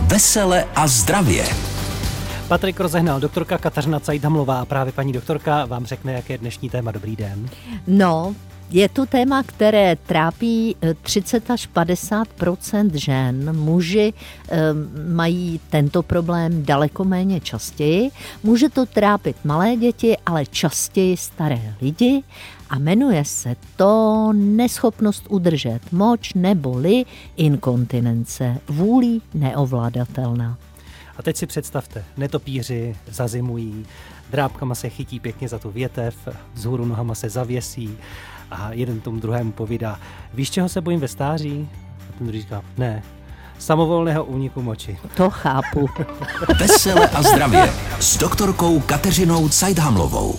Vesele a zdravě. Patrik rozehnal, doktorka Kateřina Cajdhamlová a právě paní doktorka vám řekne, jaké je dnešní téma. Dobrý den. No, je to téma, které trápí 30 až 50% žen. Muži mají tento problém daleko méně častěji. Může to trápit malé děti, ale častěji staré lidi. A jmenuje se to neschopnost udržet moč neboli inkontinence, vůlí neovladatelná. A teď si představte, netopíři zazimují, drápkama se chytí pěkně za tu větev, vzhůru nohama se zavěsí a jeden tomu druhému povídá, víš, čeho se bojím ve stáří? A ten druhý říká, ne, samovolného úniku moči. To chápu. Vesele a zdravě s doktorkou Kateřinou Cajdhamlovou.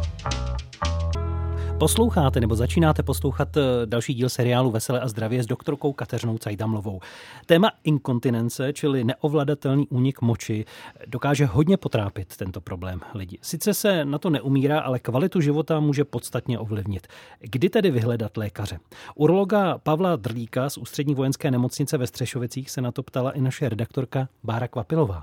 Posloucháte nebo začínáte poslouchat další díl seriálu Vesele a zdravě s doktorkou Kateřinou Cajdhamlovou. Téma inkontinence, čili neovladatelný únik moči, dokáže hodně potrápit tento problém lidi. Sice se na to neumírá, ale kvalitu života může podstatně ovlivnit. Kdy tedy vyhledat lékaře? Urologa Pavla Drlíka z Ústřední vojenské nemocnice ve Střešovicích se na to ptala i naše redaktorka Bára Kvapilová.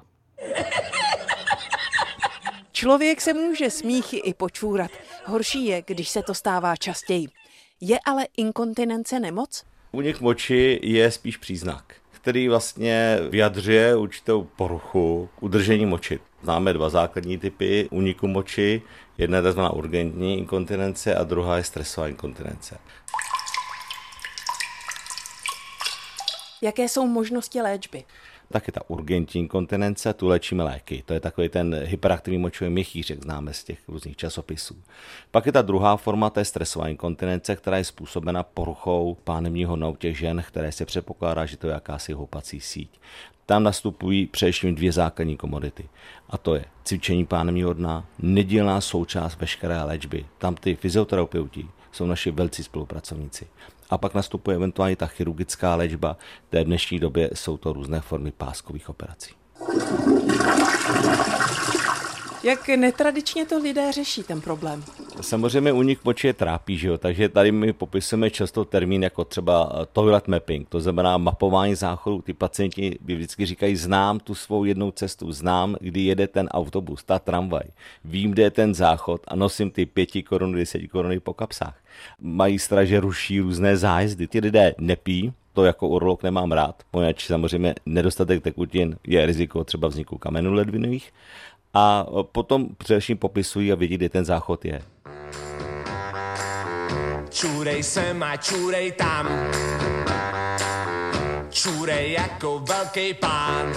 Člověk se může smíchy i počůrat. Horší je, když se to stává častěji. Je ale inkontinence nemoc? Únik moči je spíš příznak, který vlastně vyjadřuje určitou poruchu k udržení moči. Známe dva základní typy úniku moči. Jedna je tzv. Urgentní inkontinence a druhá je stresová inkontinence. Jaké jsou možnosti léčby? Tak je ta urgentní inkontinence, tu léčíme léky. To je takový ten hyperaktivní močový měchýř, jak známe z těch různých časopisů. Pak je ta druhá forma, to je stresová inkontinence, která je způsobena poruchou pánevního dna u těch žen, které se předpokládá, že to je jakási houpací síť. Tam nastupují především dvě základní komodity. A to je cvičení pánevního dna, nedílná součást veškeré léčby. Tam ty fyzioterapeuti jsou naši velcí spolupracovníci. A pak nastupuje eventuálně ta chirurgická léčba, v dnešní době jsou to různé formy páskových operací. Jak netradičně to lidé řeší ten problém? Samozřejmě únik moči je trápí, že jo? Takže tady my popisujeme často termín jako třeba toilet mapping, to znamená mapování záchodů. Ty pacienti vždycky říkají, znám tu svou jednou cestu, znám, kdy jede ten autobus, ta tramvaj, vím, kde je ten záchod a nosím ty 5 korun, 10 koruny po kapsách. Mají strach, že ruší různé zájezdy. Ty lidé nepí, to jako urolog nemám rád, poněvadž samozřejmě nedostatek tekutin je riziko třeba vzniku kamenů ledvinových. A potom především popisují a vidí, kde ten záchod je. Čurej sem a čurej tam, čurej jako velký pán.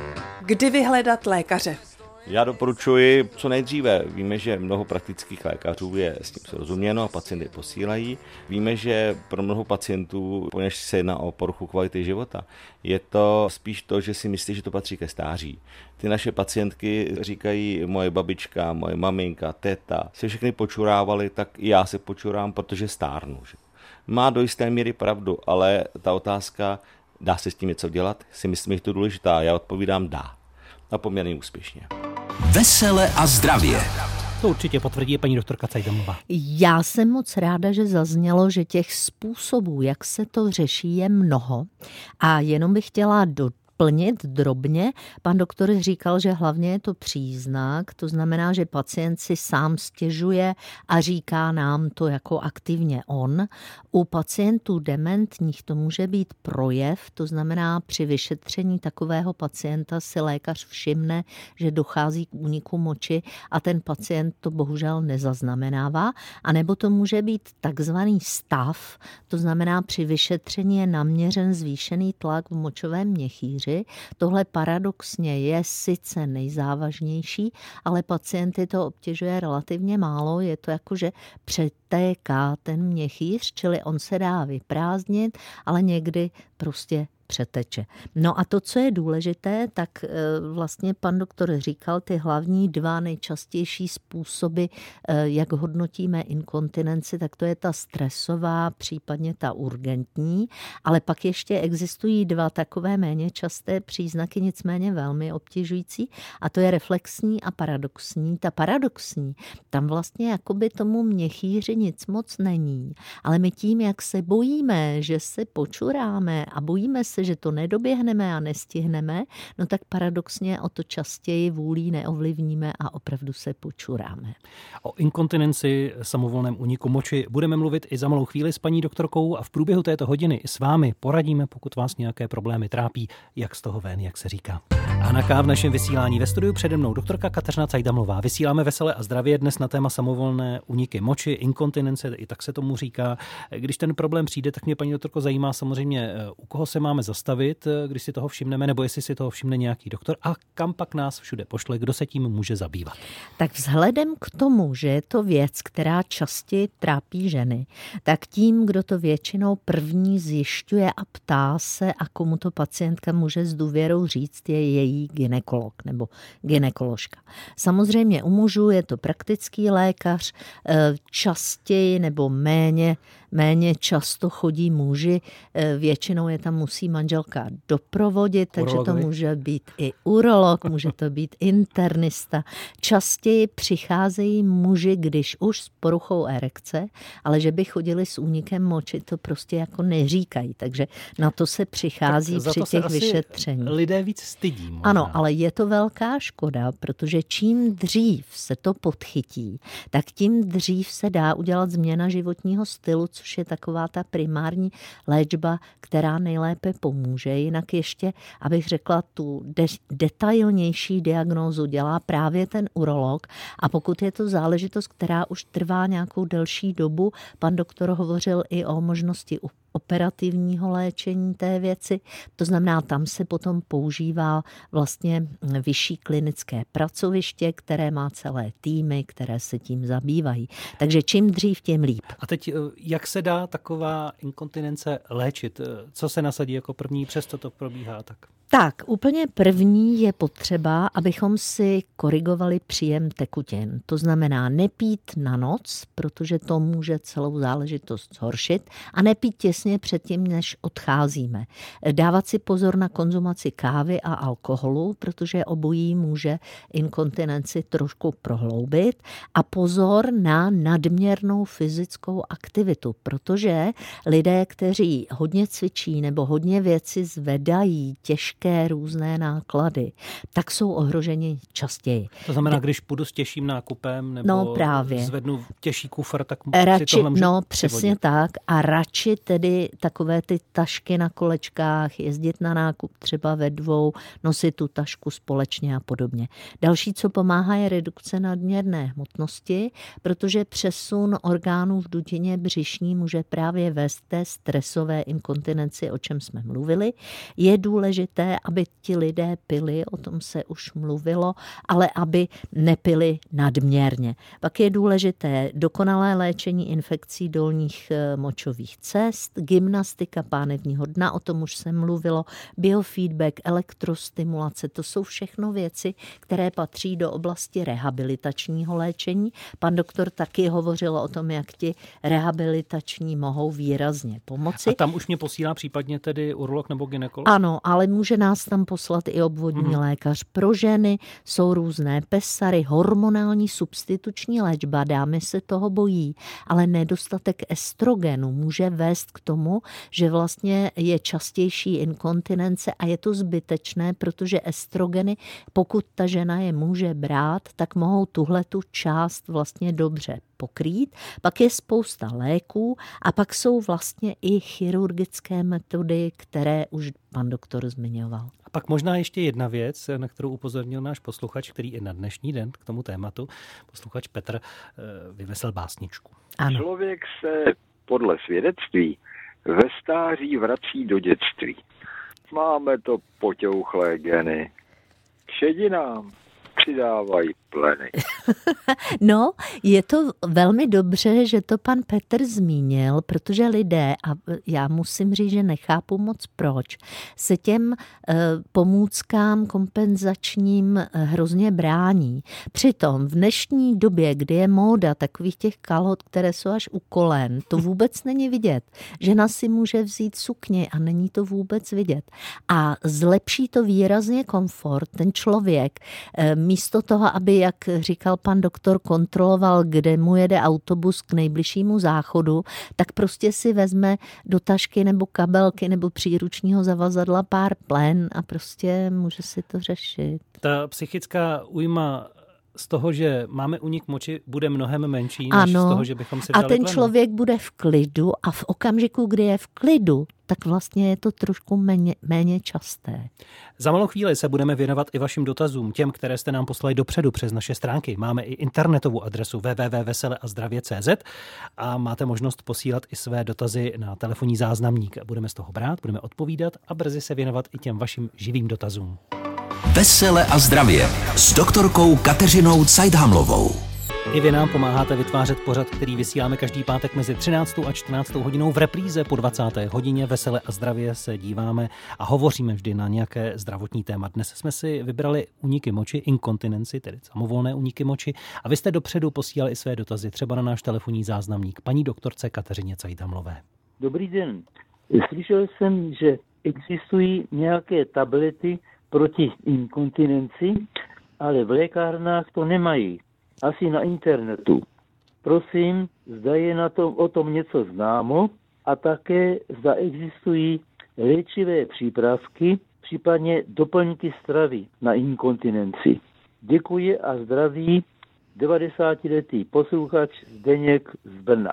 Kdy vyhledat lékaře? Já doporučuji co nejdříve. Víme, že mnoho praktických lékařů je s tím srozuměno a pacienty posílají. Víme, že pro mnoho pacientů, poněvadž se jedná o poruchu kvality života, je to spíš to, že si myslí, že to patří ke stáří. Ty naše pacientky říkají, moje babička, moje maminka, teta, se všechny počurávali, tak i já se počurám, protože stárnu. Že? Má do jisté míry pravdu, ale ta otázka, dá se s tím něco dělat, si myslím, že to je důležitá. Já odpovídám dá. A poměrně úspěšně. Vesele a zdravě. To určitě potvrdí paní doktorka Cajdhamlová. Já jsem moc ráda, že zaznělo, že těch způsobů, jak se to řeší, je mnoho. A jenom bych chtěla doplnit drobně. Pan doktor říkal, že hlavně je to příznak, to znamená, že pacient si sám stěžuje a říká nám to jako aktivně on. U pacientů dementních to může být projev, to znamená při vyšetření takového pacienta si lékař všimne, že dochází k úniku moči a ten pacient to bohužel nezaznamenává. A nebo to může být takzvaný stav, to znamená při vyšetření je naměřen zvýšený tlak v močovém měchýři. Tohle paradoxně je sice nejzávažnější, ale pacienty to obtěžuje relativně málo. Je to jako, že přetéká ten měchýř, čili on se dá vyprázdnit, ale někdy prostě přeteče. No a to, co je důležité, tak vlastně pan doktor říkal ty hlavní dva nejčastější způsoby, jak hodnotíme inkontinenci, tak to je ta stresová, případně ta urgentní, ale pak ještě existují dva takové méně časté příznaky, nicméně velmi obtěžující, a to je reflexní a paradoxní. Ta paradoxní, tam vlastně jakoby tomu měchýři nic moc není, ale my tím, jak se bojíme, že se počuráme a bojíme se, že to nedoběhneme a nestihneme, no tak paradoxně o to častěji vůlí neovlivníme a opravdu se počuráme. O inkontinenci, samovolném úniku moči budeme mluvit i za malou chvíli s paní doktorkou a v průběhu této hodiny i s vámi poradíme, pokud vás nějaké problémy trápí, jak z toho ven, jak se říká. Hana K. v našem vysílání ve studiu přede mnou doktorka Kateřina Cajdamlová. Vysíláme Veselé a zdravě dnes na téma samovolné úniky moči, inkontinence, i tak se tomu říká. Když ten problém přijde, tak mě, paní doktorko, zajímá samozřejmě, u koho se máme zastavit, když si toho všimneme, nebo jestli si toho všimne nějaký doktor a kam pak nás všude pošle, kdo se tím může zabývat. Tak vzhledem k tomu, že je to věc, která častěji trápí ženy, tak tím, kdo to většinou první zjišťuje a ptá se a komu to pacientka může s důvěrou říct, je její gynekolog nebo gynekoložka. Samozřejmě u mužů je to praktický lékař, častěji nebo méně často chodí muži, většinou je tam musí manželka doprovodit, takže to může být i urolog, může to být internista. Častěji přicházejí muži, když už s poruchou erekce, ale že by chodili s únikem moči, to prostě jako neříkají, takže na to se přichází při těch vyšetření. Lidé víc stydí. Možná. Ano, ale je to velká škoda, protože čím dřív se to podchytí, tak tím dřív se dá udělat změna životního stylu, což je taková ta primární léčba, která nejlépe pomůže. Jinak ještě, abych řekla, tu detailnější diagnózu dělá právě ten urolog a pokud je to záležitost, která už trvá nějakou delší dobu, pan doktor hovořil i o možnosti operativního léčení té věci. To znamená, tam se potom používá vlastně vyšší klinické pracoviště, které má celé týmy, které se tím zabývají. Takže čím dřív, tím líp. A teď, jak se dá taková inkontinence léčit? Co se nasadí jako první, přesto to probíhá tak? Tak, úplně první je potřeba, abychom si korigovali příjem tekutin. To znamená nepít na noc, protože to může celou záležitost zhoršit a nepít těsně předtím, než odcházíme. Dávat si pozor na konzumaci kávy a alkoholu, protože obojí může inkontinenci trošku prohloubit a pozor na nadměrnou fyzickou aktivitu, protože lidé, kteří hodně cvičí nebo hodně věci zvedají, těžké různé náklady, tak jsou ohroženi častěji. To znamená, když půjdu s těžším nákupem nebo zvednu těžší kufr, tak si tohle můžu přesně přivodit. tak. A radši tedy takové ty tašky na kolečkách, jezdit na nákup třeba ve dvou, nosit tu tašku společně a podobně. Další, co pomáhá, je redukce nadměrné hmotnosti, protože přesun orgánů v dutině břišní může právě vést té stresové inkontinenci, o čem jsme mluvili. Je důležité, aby ti lidé pili, o tom se už mluvilo, ale aby nepili nadměrně. Pak je důležité dokonalé léčení infekcí dolních močových cest, gymnastika pánevního dna, o tom už se mluvilo, biofeedback, elektrostimulace, to jsou všechno věci, které patří do oblasti rehabilitačního léčení. Pan doktor taky hovořil o tom, jak ti rehabilitační mohou výrazně pomoci. A tam už mě posílá případně tedy urolog nebo gynekolog? Ano, ale může nás tam poslat i obvodní lékař. Pro ženy jsou různé pesary, hormonální substituční léčba, dámy se toho bojí, ale nedostatek estrogenu může vést k tomu, že vlastně je častější inkontinence a je to zbytečné, protože estrogeny, pokud ta žena je může brát, tak mohou tuhletu část vlastně dobře pokrýt. Pak je spousta léků a pak jsou vlastně i chirurgické metody, které už pan doktor zmiňoval. A pak možná ještě jedna věc, na kterou upozornil náš posluchač, který i na dnešní den k tomu tématu, posluchač Petr, vyvesel básničku. Ano. Člověk se podle svědectví ve stáří vrací do dětství. Máme to poťouchlé geny. K šedinám přidávají pleny. No, je to velmi dobře, že to pan Petr zmínil, protože lidé, a já musím říct, že nechápu moc proč, se těm pomůckám kompenzačním hrozně brání. Přitom v dnešní době, kdy je móda takových těch kalhot, které jsou až u kolen, to vůbec není vidět. Žena si může vzít sukně a není to vůbec vidět. A zlepší to výrazně komfort. Ten člověk místo toho, aby, jak říkal pan doktor, kontroloval, kde mu jede autobus k nejbližšímu záchodu, tak prostě si vezme do tašky nebo kabelky nebo příručního zavazadla pár plen a prostě může si to řešit. Ta psychická újma z toho, že máme únik moči, bude mnohem menší, než z toho, že bychom si vzali a ten plenu. člověk bude v klidu a v okamžiku, kdy je v klidu, tak vlastně je to trošku méně časté. Za malou chvíli se budeme věnovat i vašim dotazům, těm, které jste nám poslali dopředu přes naše stránky. Máme i internetovou adresu www.veseleazdravě.cz a máte možnost posílat i své dotazy na telefonní záznamník. Budeme z toho brát, budeme odpovídat a brzy se věnovat i těm vašim živým dotazům. Vesele a zdravě s doktorkou Kateřinou Cajdhamlovou. I vy nám pomáháte vytvářet pořad, který vysíláme každý pátek mezi 13. a 14. hodinou v repríze po 20. hodině. Vesele a zdravě se díváme a hovoříme vždy na nějaké zdravotní téma. Dnes jsme si vybrali úniky moči, inkontinenci, tedy samovolné úniky moči, a vy jste dopředu posílali i své dotazy, třeba na náš telefonní záznamník paní doktorce Kateřině Cajdhamlové. Dobrý den. Slyšel jsem, že existují nějaké tablety proti inkontinenci, ale v lékárnách to nemají. Asi na internetu. Prosím, zda je o tom něco známo a také zda existují léčivé přípravky, případně doplňky stravy na inkontinenci. Děkuji a zdraví 90letý posluchač Zdeněk z Brna.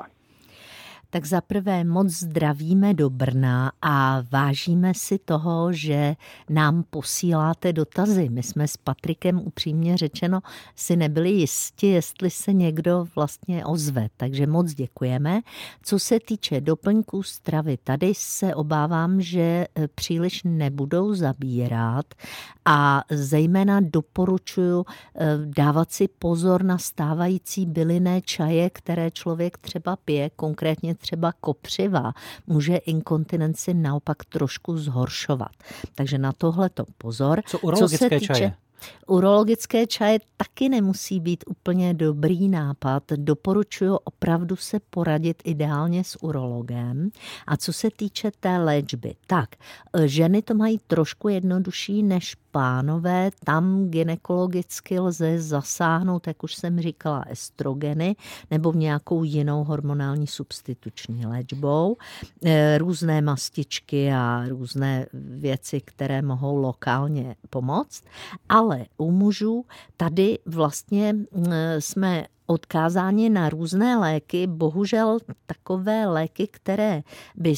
Tak zaprvé moc zdravíme do Brna a vážíme si toho, že nám posíláte dotazy. My jsme s Patrikem upřímně řečeno si nebyli jisti, jestli se někdo vlastně ozve, takže moc děkujeme. Co se týče doplňků stravy, tady se obávám, že příliš nebudou zabírat a zejména doporučuji dávat si pozor na stávající bylinné čaje, které člověk třeba pije, konkrétně třeba kopřiva, může inkontinenci naopak trošku zhoršovat. Takže na tohleto pozor. Co urologické čaje? Urologické čaje taky nemusí být úplně dobrý nápad. Doporučuji opravdu se poradit ideálně s urologem. A co se týče té léčby, tak ženy to mají trošku jednodušší než pánové. Tam gynekologicky lze zasáhnout, jak už jsem říkala, estrogeny nebo nějakou jinou hormonální substituční léčbou. Různé mastičky a různé věci, které mohou lokálně pomoct. Ale u mužů tady vlastně jsme odkázáni na různé léky. Bohužel takové léky, které by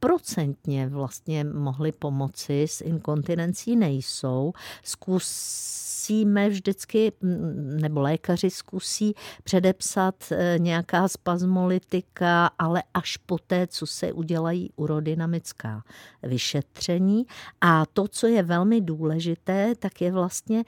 100% vlastně mohly pomoci s inkontinencí, nejsou. Zkusíme vždycky, nebo lékaři zkusí předepsat nějaká spazmolytika, ale až poté, co se udělají urodynamická vyšetření. A to, co je velmi důležité, tak je vlastně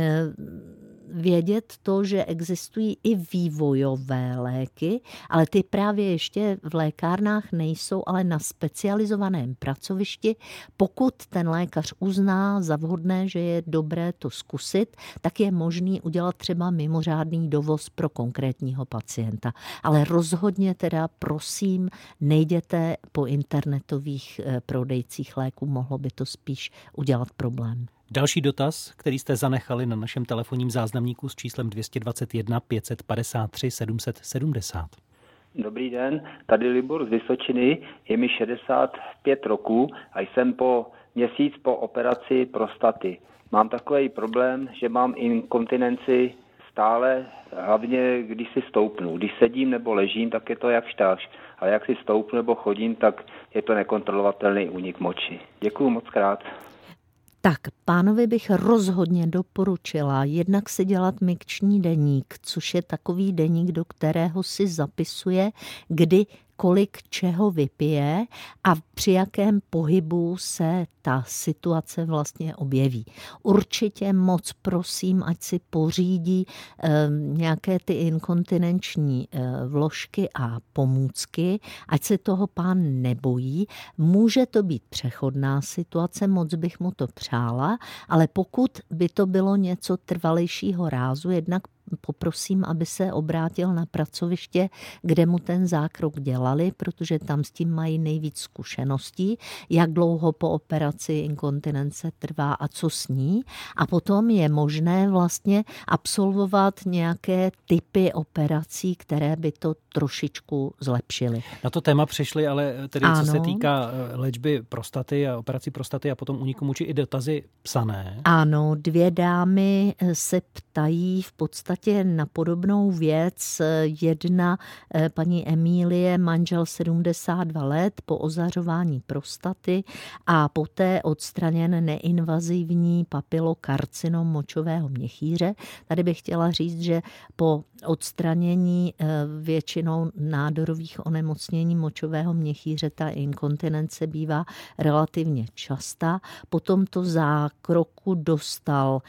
vědět to, že existují i vývojové léky, ale ty právě ještě v lékárnách nejsou, ale na specializovaném pracovišti. Pokud ten lékař uzná za vhodné, že je dobré to zkusit, tak je možný udělat třeba mimořádný dovoz pro konkrétního pacienta. Ale rozhodně teda prosím, nejděte po internetových prodejcích léků, mohlo by to spíš udělat problém. Další dotaz, který jste zanechali na našem telefonním záznamníku s číslem 221 553 770. Dobrý den, tady Libor z Vysočiny, je mi 65 roků a jsem měsíc po operaci prostaty. Mám takový problém, že mám inkontinenci stále, hlavně když si stoupnu. Když sedím nebo ležím, tak je to jak štář, ale jak si stoupnu nebo chodím, tak je to nekontrolovatelný únik moči. Děkuju moc krát. Tak, pánovi bych rozhodně doporučila jednak si dělat mikční deník, což je takový deník, do kterého si zapisuje, kdy kolik čeho vypije a při jakém pohybu se ta situace vlastně objeví. Určitě moc prosím, ať si pořídí nějaké ty inkontinenční vložky a pomůcky, ať se toho pán nebojí. Může to být přechodná situace, moc bych mu to přála, ale pokud by to bylo něco trvalejšího rázu, jednak poprosím, aby se obrátil na pracoviště, kde mu ten zákrok dělali, protože tam s tím mají nejvíc zkušeností, jak dlouho po operaci inkontinence trvá a co s ní. A potom je možné vlastně absolvovat nějaké typy operací, které by to trošičku zlepšily. Na to téma přišly, ale tedy ano. Co se týká léčby prostaty a operací prostaty a potom úniku moči i dotazy psané. Ano, 2 dámy se ptají v podstatě na podobnou věc. Jedna paní Emílie, manžel 72 let po ozařování prostaty a poté odstraněn neinvazivní papilokarcinom močového měchýře. Tady bych chtěla říct, že po odstranění většinou nádorových onemocnění močového měchýře ta inkontinence bývá relativně častá. Po tomto zákroku dostal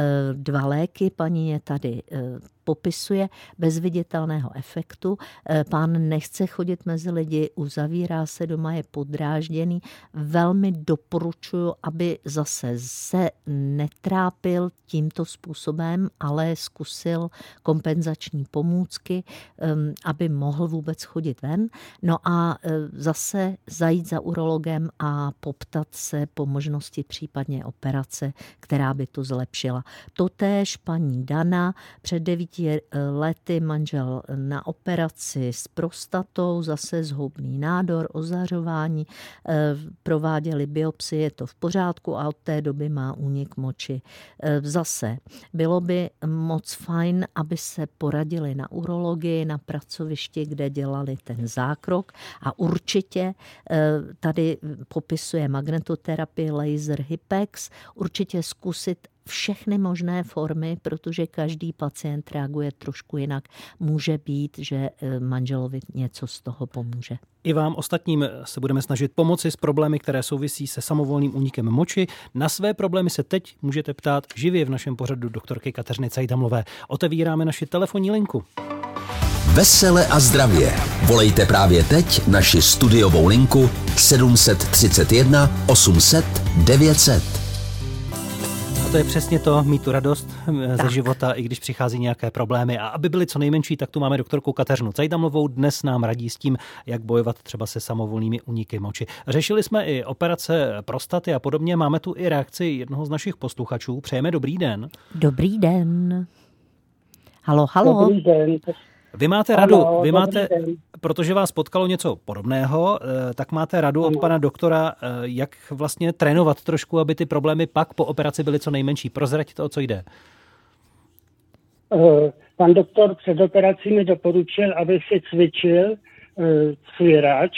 2 léky, paní je tady popisuje, bez viditelného efektu. Pán nechce chodit mezi lidi, uzavírá se doma, je podrážděný. Velmi doporučuji, aby zase se netrápil tímto způsobem, ale zkusil kompenzační pomůcky, aby mohl vůbec chodit ven. No a zase zajít za urologem a poptat se po možnosti případně operace, která by to zlepšila. Totéž paní Dana, před 9 lety manžel na operaci s prostatou, zase zhoubný nádor, ozařování, prováděli biopsii, je to v pořádku a od té doby má únik moči. Zase bylo by moc fajn, aby se poradili na urologii, na pracovišti, kde dělali ten zákrok a určitě tady popisuje magnetoterapii, laser, Hypex, určitě zkusit všechny možné formy, protože každý pacient reaguje trošku jinak. Může být, že manželovi něco z toho pomůže. I vám ostatním se budeme snažit pomoci s problémy, které souvisí se samovolným únikem moči. Na své problémy se teď můžete ptát živě v našem pořadu doktorky Kateřiny Cajdamlové. Otevíráme naši telefonní linku. Vesele a zdravě. Volejte právě teď naši studiovou linku 731 800 900. A to je přesně to, mít tu radost ze života, i když přichází nějaké problémy. A aby byly co nejmenší, tak tu máme doktorku Kateřinu Cajdamlovou. Dnes nám radí s tím, jak bojovat třeba se samovolnými úniky moči. Řešili jsme i operace prostaty a podobně. Máme tu i reakci jednoho z našich posluchačů. Přejeme dobrý den. Dobrý den. Halo, halo. Dobrý den. Vy máte radu, protože vás potkalo něco podobného, tak máte radu od pana doktora, jak vlastně trénovat trošku, aby ty problémy pak po operaci byly co nejmenší. Prozraďte, o co jde. Pan doktor před operací mi doporučil, aby si cvičil cvírač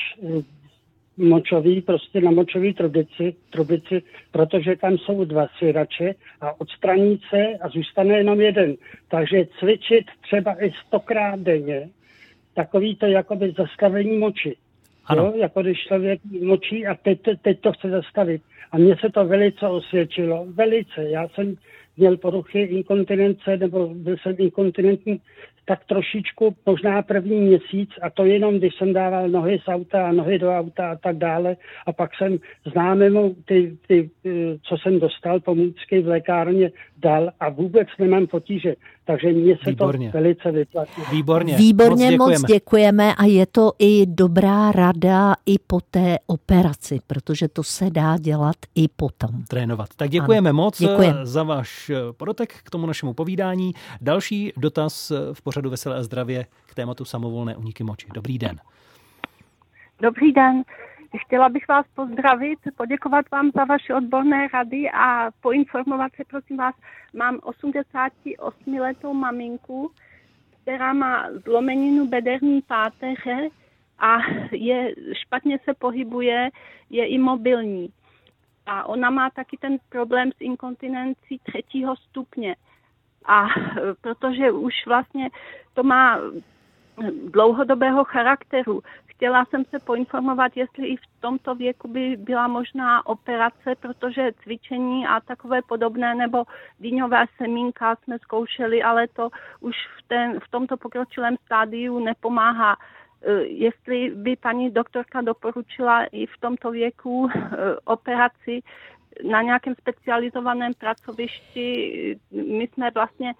močový, prostě na močový trubici, protože tam jsou 2 cvírače a odstraní se a zůstane jenom jeden. Takže cvičit třeba i 100krát denně, takový to jakoby zastavení moči. Jo? Jako když člověk močí a teď to chce zastavit. A mně se to velice osvědčilo. Velice. Já jsem měl poruchy inkontinence, nebo byl jsem inkontinentní tak trošičku, možná první měsíc, a to jenom, když jsem dával nohy z auta a nohy do auta a tak dále. A pak jsem známému ty co jsem dostal, pomůcky v lékárně dal a vůbec nemám potíže. Takže mně se Výborně. To velice vyplatí. Výborně, moc děkujeme a je to i dobrá rada i po té operaci, protože to se dá dělat i potom. Trénovat. Tak děkujeme moc Děkujeme. za váš podotek k tomu našemu povídání. Další dotaz v pořadu Veselé a zdravě k tématu samovolné úniky moči. Dobrý den. Dobrý den. Chtěla bych vás pozdravit, poděkovat vám za vaše odborné rady a poinformovat se, prosím vás, mám 88letou maminku, která má zlomeninu bederní páteře a špatně se pohybuje, je imobilní. A ona má taky ten problém s inkontinencí 3. stupně. A protože už vlastně to má dlouhodobého charakteru, chtěla jsem se poinformovat, jestli i v tomto věku by byla možná operace, protože cvičení a takové podobné, nebo dýňové semínka jsme zkoušeli, ale to už v tomto pokročilém stádiu nepomáhá. Jestli by paní doktorka doporučila i v tomto věku operaci na nějakém specializovaném pracovišti. My jsme vlastně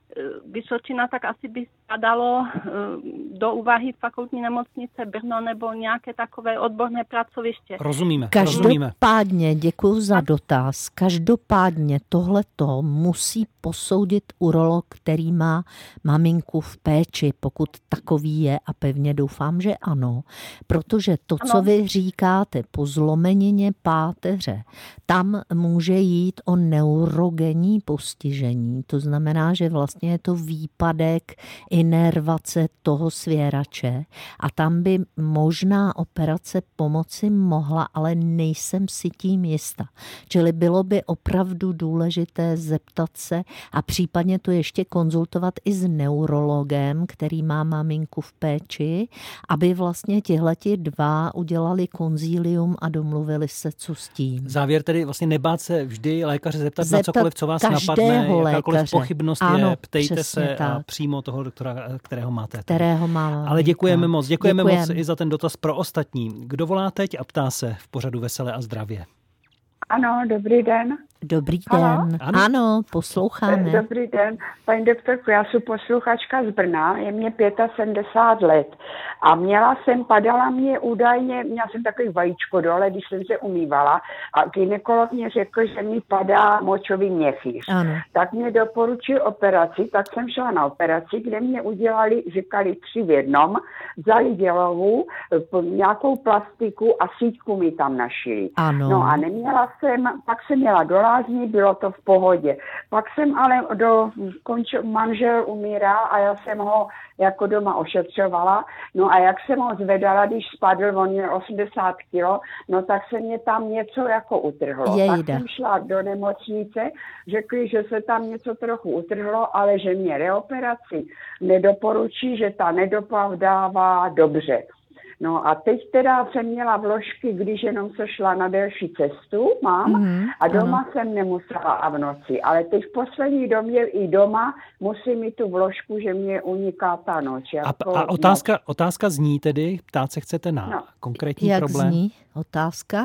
Vysočina, tak asi by spadalo do úvahy fakultní nemocnice Brno nebo nějaké takové odborné pracoviště. Rozumíme. Každopádně, děkuji za dotaz, každopádně tohleto musí posoudit urolog, který má maminku v péči, pokud takový je, a pevně doufám, že ano, protože to, co vy říkáte po zlomenině páteře, tam může jít o neurogenní postižení, to znamená, že vlastně je to výpadek inervace toho svěrače a tam by možná operace pomoci mohla, ale nejsem si tím jista. Čili bylo by opravdu důležité zeptat se a případně to ještě konzultovat i s neurologem, který má maminku v péči, aby vlastně tihleti dva udělali konzílium a domluvili se, co s tím. Závěr tedy vlastně nebát se vždy lékaře zeptat na cokoliv, co vás napadne, jakákoliv pochybnost je, ptejte se a přímo toho doktora, kterého máte. Ale děkujeme moc i za ten dotaz pro ostatní. Kdo volá teď a ptá se v pořadu Veselé a zdravě? Ano, dobrý den. Dobrý den. Ano, posloucháme. Dobrý den. Paní doktorku, já jsem posluchačka z Brna, je mě 75 let a padala mě údajně, měla jsem takový vajíčko dole, když jsem se umývala a gynekolog mě řekl, že mi padá močový měchýř. Ano. Tak mě doporučil operaci, tak jsem šla na operaci, kde mě udělali, říkali 3 v jednom, vzali dělohu, nějakou plastiku a síťku mi tam našili. Ano. No a pak jsem měla do lázní, bylo to v pohodě. Pak jsem ale manžel umírá a já jsem ho jako doma ošetřovala. No a jak jsem ho zvedala, když spadl, on měl 80 kilo, no tak se mě tam něco jako utrhlo. Tak jsem šla do nemocnice, řekli, že se tam něco trochu utrhlo, ale že mě reoperaci nedoporučí, že ta nedopadává dobře. No a teď teda jsem měla vložky, když jenom se šla na delší cestu, a doma jsem nemusela a v noci. Ale teď v poslední době i doma musím mít tu vložku, že mě uniká ta noc. A otázka zní tedy, ptát se chcete na konkrétní problém? Jak zní otázka?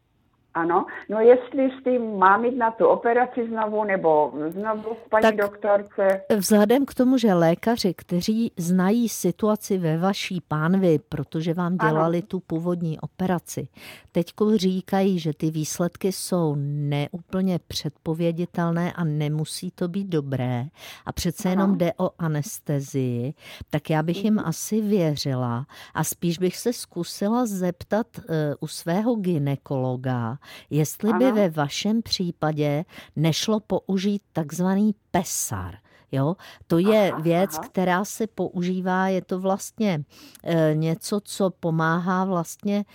Ano, no jestli s tím mám jít na tu operaci znovu, nebo znovu paní doktorce. Vzhledem k tomu, že lékaři, kteří znají situaci ve vaší pánvi, protože vám dělali tu původní operaci, teďko říkají, že ty výsledky jsou neúplně předpověditelné a nemusí to být dobré a přece jenom jde o anestezii, tak já bych jim asi věřila a spíš bych se zkusila zeptat u svého gynekologa, jestli by ve vašem případě nešlo použít takzvaný PESAR. Jo? To je věc, která se používá, je to vlastně něco, co pomáhá vlastně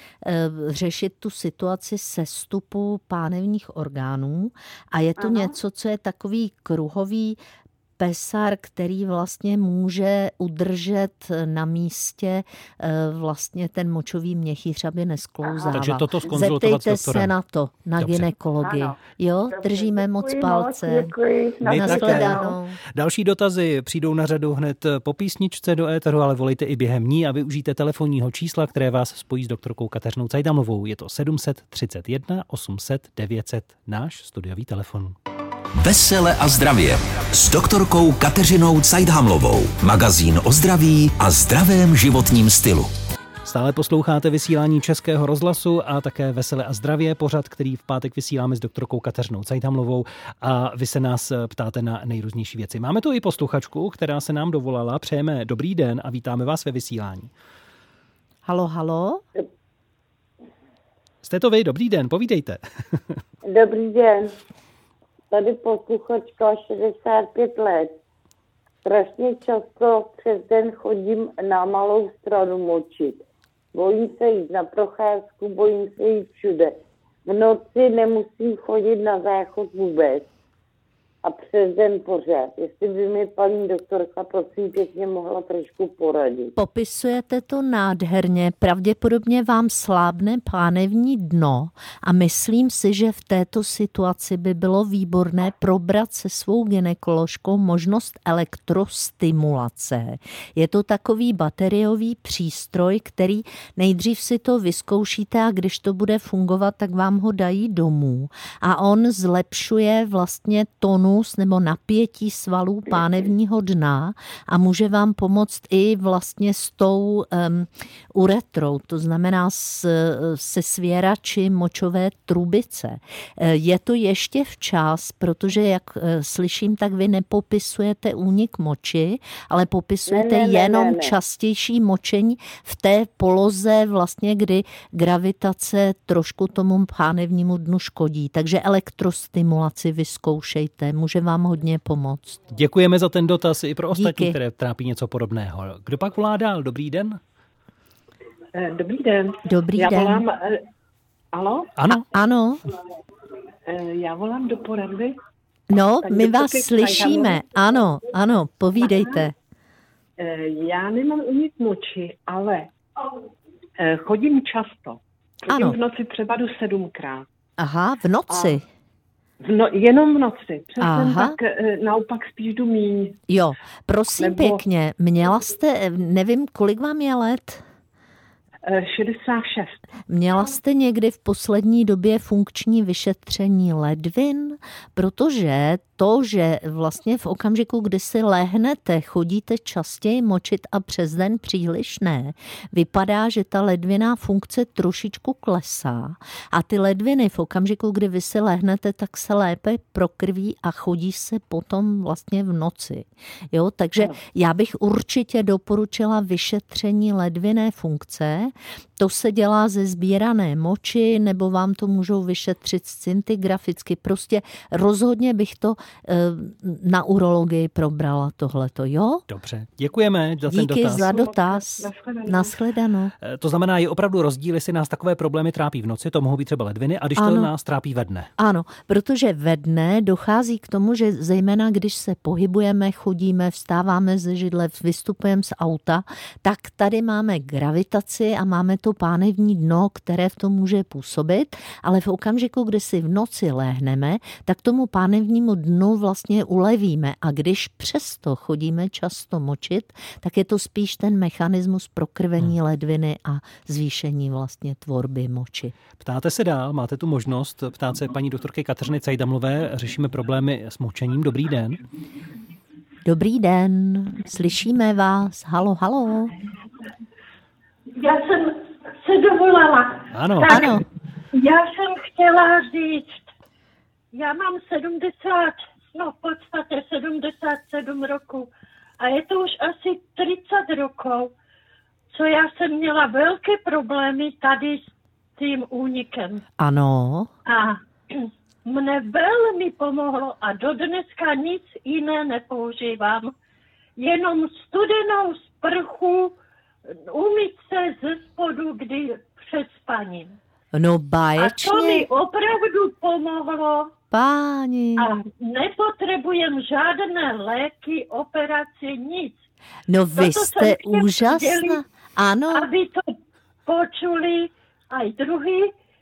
řešit tu situaci sestupu pánevních orgánů a je to něco, co je takový kruhový PESAR, který vlastně může udržet na místě vlastně ten močový měchýř, aby nesklouzával. Takže toto zkonzultovat s doktorem. Zeptejte se na to, na gynekologii. Jo, držíme moc palce. Děkuji. Nashledanou. Další dotazy přijdou na řadu hned po písničce do éteru, ale volejte i během ní a využijte telefonního čísla, které vás spojí s doktorkou Kateřinou Cajdamovou. Je to 731 800 900, náš studiový telefon. Vesele a zdravě s doktorkou Kateřinou Cajthamlovou. Magazín o zdraví a zdravém životním stylu. Stále posloucháte vysílání Českého rozhlasu a také Vesele a zdravě, pořad, který v pátek vysíláme s doktorkou Kateřinou Cajthamlovou a vy se nás ptáte na nejrůznější věci. Máme tu i posluchačku, která se nám dovolala. Přejeme dobrý den a vítáme vás ve vysílání. Halo? Jste to vy? Dobrý den, povídejte. Dobrý den. Tady posluchačka 65 let. Strašně často přes den chodím na malou stranu močit. Bojím se jít na procházku, bojím se jít všude. V noci nemusím chodit na záchod vůbec. A přes den pořád. Jestli by mi paní doktorka prosím pěkně mohla trošku poradit. Popisujete to nádherně, pravděpodobně vám slábne pánevní dno a myslím si, že v této situaci by bylo výborné probrat se svou gynekoložkou možnost elektrostimulace. Je to takový bateriový přístroj, který nejdřív si to vyzkoušíte a když to bude fungovat, tak vám ho dají domů. A on zlepšuje vlastně tonu tonus nebo napětí svalů pánevního dna a může vám pomoct i vlastně s tou uretrou, to znamená se svěrači močové trubice. Je to ještě včas, protože jak slyším, tak vy nepopisujete únik moči, ale popisujete jenom častější močení v té poloze vlastně, kdy gravitace trošku tomu pánevnímu dnu škodí. Takže elektrostimulaci vyzkoušejte, může vám hodně pomoct. Děkujeme za ten dotaz i pro ostatní, Díky. které trápí něco podobného. Kdo pak volá dál? Dobrý den. Dobrý den. Dobrý Já den. volám... Alo? Ano. Ano. Já volám do poradny. No, Tak my doktorky vás slyšíme. Ano, povídejte. Já nemám únik moči, ale chodím často. Chodím v noci třeba do 7krát. Aha, v noci. Jenom v noci. Přesně Aha. tak naopak spíš jdu míň. Jo, prosím pěkně, měla jste, nevím, kolik vám je let? 66. Měla jste někdy v poslední době funkční vyšetření ledvin? Protože to, že vlastně v okamžiku, kdy si lehnete, chodíte častěji močit a přes den příliš ne, vypadá, že ta ledviná funkce trošičku klesá a ty ledviny v okamžiku, kdy vy si lehnete, tak se lépe prokrví a chodí se potom vlastně v noci. Jo, takže já bych určitě doporučila vyšetření ledvinné funkce. To se dělá ze sbírané moči, nebo vám to můžou vyšetřit scintigraficky. Prostě rozhodně bych to na urologii probrala tohleto, jo? Dobře, děkujeme za ten dotaz. Díky za dotaz. Nashledanou. To znamená, je opravdu rozdíl, jestli nás takové problémy trápí v noci, to mohou být třeba ledviny, a když to nás trápí ve dne. Ano, protože ve dne dochází k tomu, že zejména když se pohybujeme, chodíme, vstáváme ze židle, vystupujeme z auta, tak tady máme gravitaci a máme to pánevní dno, které v tom může působit, ale v okamžiku, kdy si v noci léhneme, tak tomu pánevnímu dnu vlastně ulevíme a když přesto chodíme často močit, tak je to spíš ten mechanismus prokrvení ledviny a zvýšení vlastně tvorby moči. Ptáte se dál, máte tu možnost ptát se paní doktorky Kateřiny Cajdamlové, řešíme problémy s močením. Dobrý den. Dobrý den, slyšíme vás. Halo, halo. Já jsem se dovolala. Ano. Tak, ano. Já jsem chtěla říct, já mám v podstatě 77 roku a je to už asi 30 rokov, co já jsem měla velké problémy tady s tím únikem. Ano. A mne velmi pomohlo a do dneska nic jiné nepoužívám. Jenom studenou sprchu, umyť se ze spodu, kdy před spaním. No báječně. A to mi opravdu pomohlo. Páni. A nepotřebujem žádné léky, operace, nic. No vy jste úžasná. Ano. Aby to počuli aj druhý.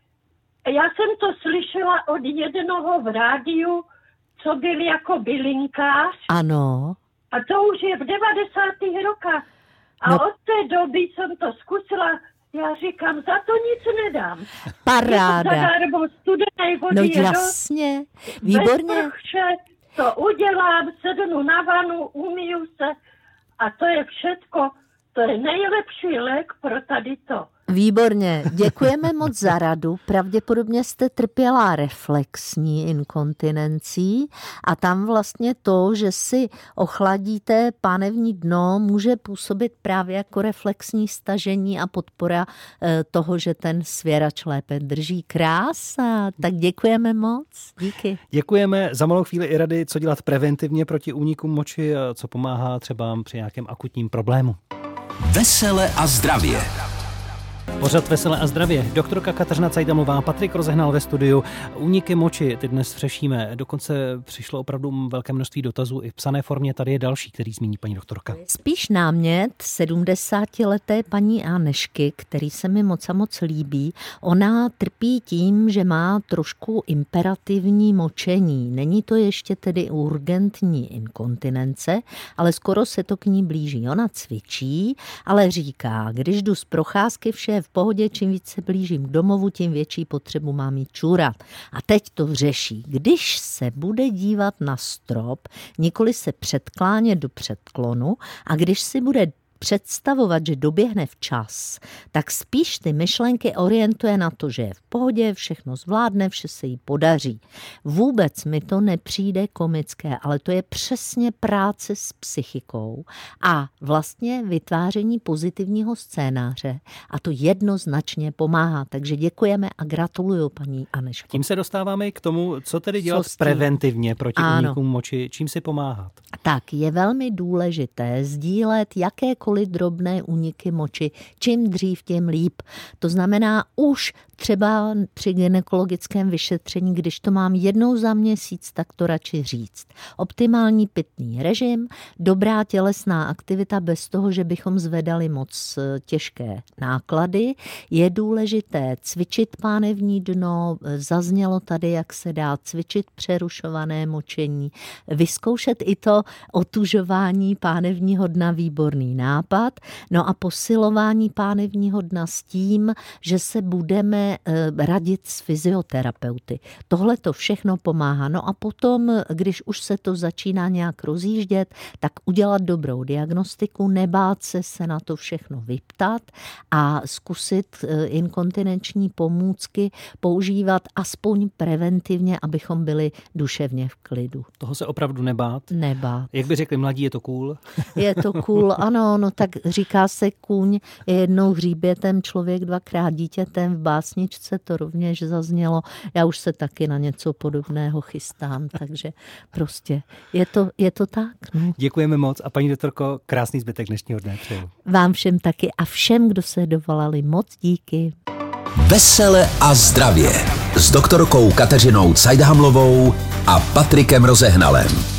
Já jsem to slyšela od jednoho v rádiu, co byl jako bylinkář. Ano. A to už je v 90. rokách. A od té doby jsem to zkusila. Já říkám, za to nic nedám. Paráda. Zadarmo studenej vody. No jasně, výborně. Bez prchše to udělám, sednu na vanu, umiju se a to je všetko. To je nejlepší lék pro tady to. Výborně, děkujeme moc za radu. Pravděpodobně jste trpěla reflexní inkontinencí a tam vlastně to, že si ochladíte pánevní dno, může působit právě jako reflexní stažení a podpora toho, že ten svěrač lépe drží. Krása, tak děkujeme moc. Díky. Děkujeme za malou chvíli i rady, co dělat preventivně proti únikům moči, co pomáhá třeba při nějakém akutním problému. Vesele a zdravě. Pořad Vesele a zdravě. Doktorka Kateřina Cajdamlová, Patrik Rozehnal ve studiu. Úniky moči ty dnes řešíme. Dokonce přišlo opravdu velké množství dotazů i v psané formě. Tady je další, který zmíní paní doktorka. Spíš námět 70leté paní Anešky, který se mi moc a moc líbí. Ona trpí tím, že má trošku imperativní močení. Není to ještě tedy urgentní inkontinence, ale skoro se to k ní blíží. Ona cvičí, ale říká, když jdu z procházky vše je v pohodě, čím víc se blížím k domovu, tím větší potřebu mám mít čůrat. A teď to řeší. Když se bude dívat na strop, nikoli se předklánět do předklonu, a když si bude představovat, že doběhne včas, tak spíš ty myšlenky orientuje na to, že je v pohodě, všechno zvládne, vše se jí podaří. Vůbec mi to nepřijde komické, ale to je přesně práce s psychikou a vlastně vytváření pozitivního scénáře a to jednoznačně pomáhá. Takže děkujeme a gratuluju, paní Aneško. Tím se dostáváme k tomu, co tedy dělat preventivně proti únikům moči, čím si pomáhat. Tak je velmi důležité sdílet jakékoliv drobné úniky moči, čím dřív, tím líp. To znamená už třeba při gynekologickém vyšetření, když to mám jednou za měsíc, tak to radši říct. Optimální pitný režim, dobrá tělesná aktivita bez toho, že bychom zvedali moc těžké náklady. Je důležité cvičit pánevní dno, zaznělo tady, jak se dá cvičit přerušované močení, vyzkoušet i to otužování pánevního dna, výborný nápad. No a posilování pánevního dna s tím, že se budeme radit s fyzioterapeuty. Tohle to všechno pomáhá. No a potom, když už se to začíná nějak rozjíždět, tak udělat dobrou diagnostiku, nebát se na to všechno vyptat a zkusit inkontinenční pomůcky používat aspoň preventivně, abychom byli duševně v klidu. Toho se opravdu nebát? Nebát. Jak by řekli mladí, je to cool? Je to cool, ano, no tak říká se kůň je jednou hříbětem, člověk dvakrát dítětem, v básničce to rovněž zaznělo. Já už se taky na něco podobného chystám, takže prostě je to tak. No. Děkujeme moc a paní doktorko, krásný zbytek dnešního dne přeju. Vám všem taky a všem, kdo se dovolali, moc díky. Vesele a zdravě s doktorkou Kateřinou Cajdhamlovou a Patrikem Rozehnalem.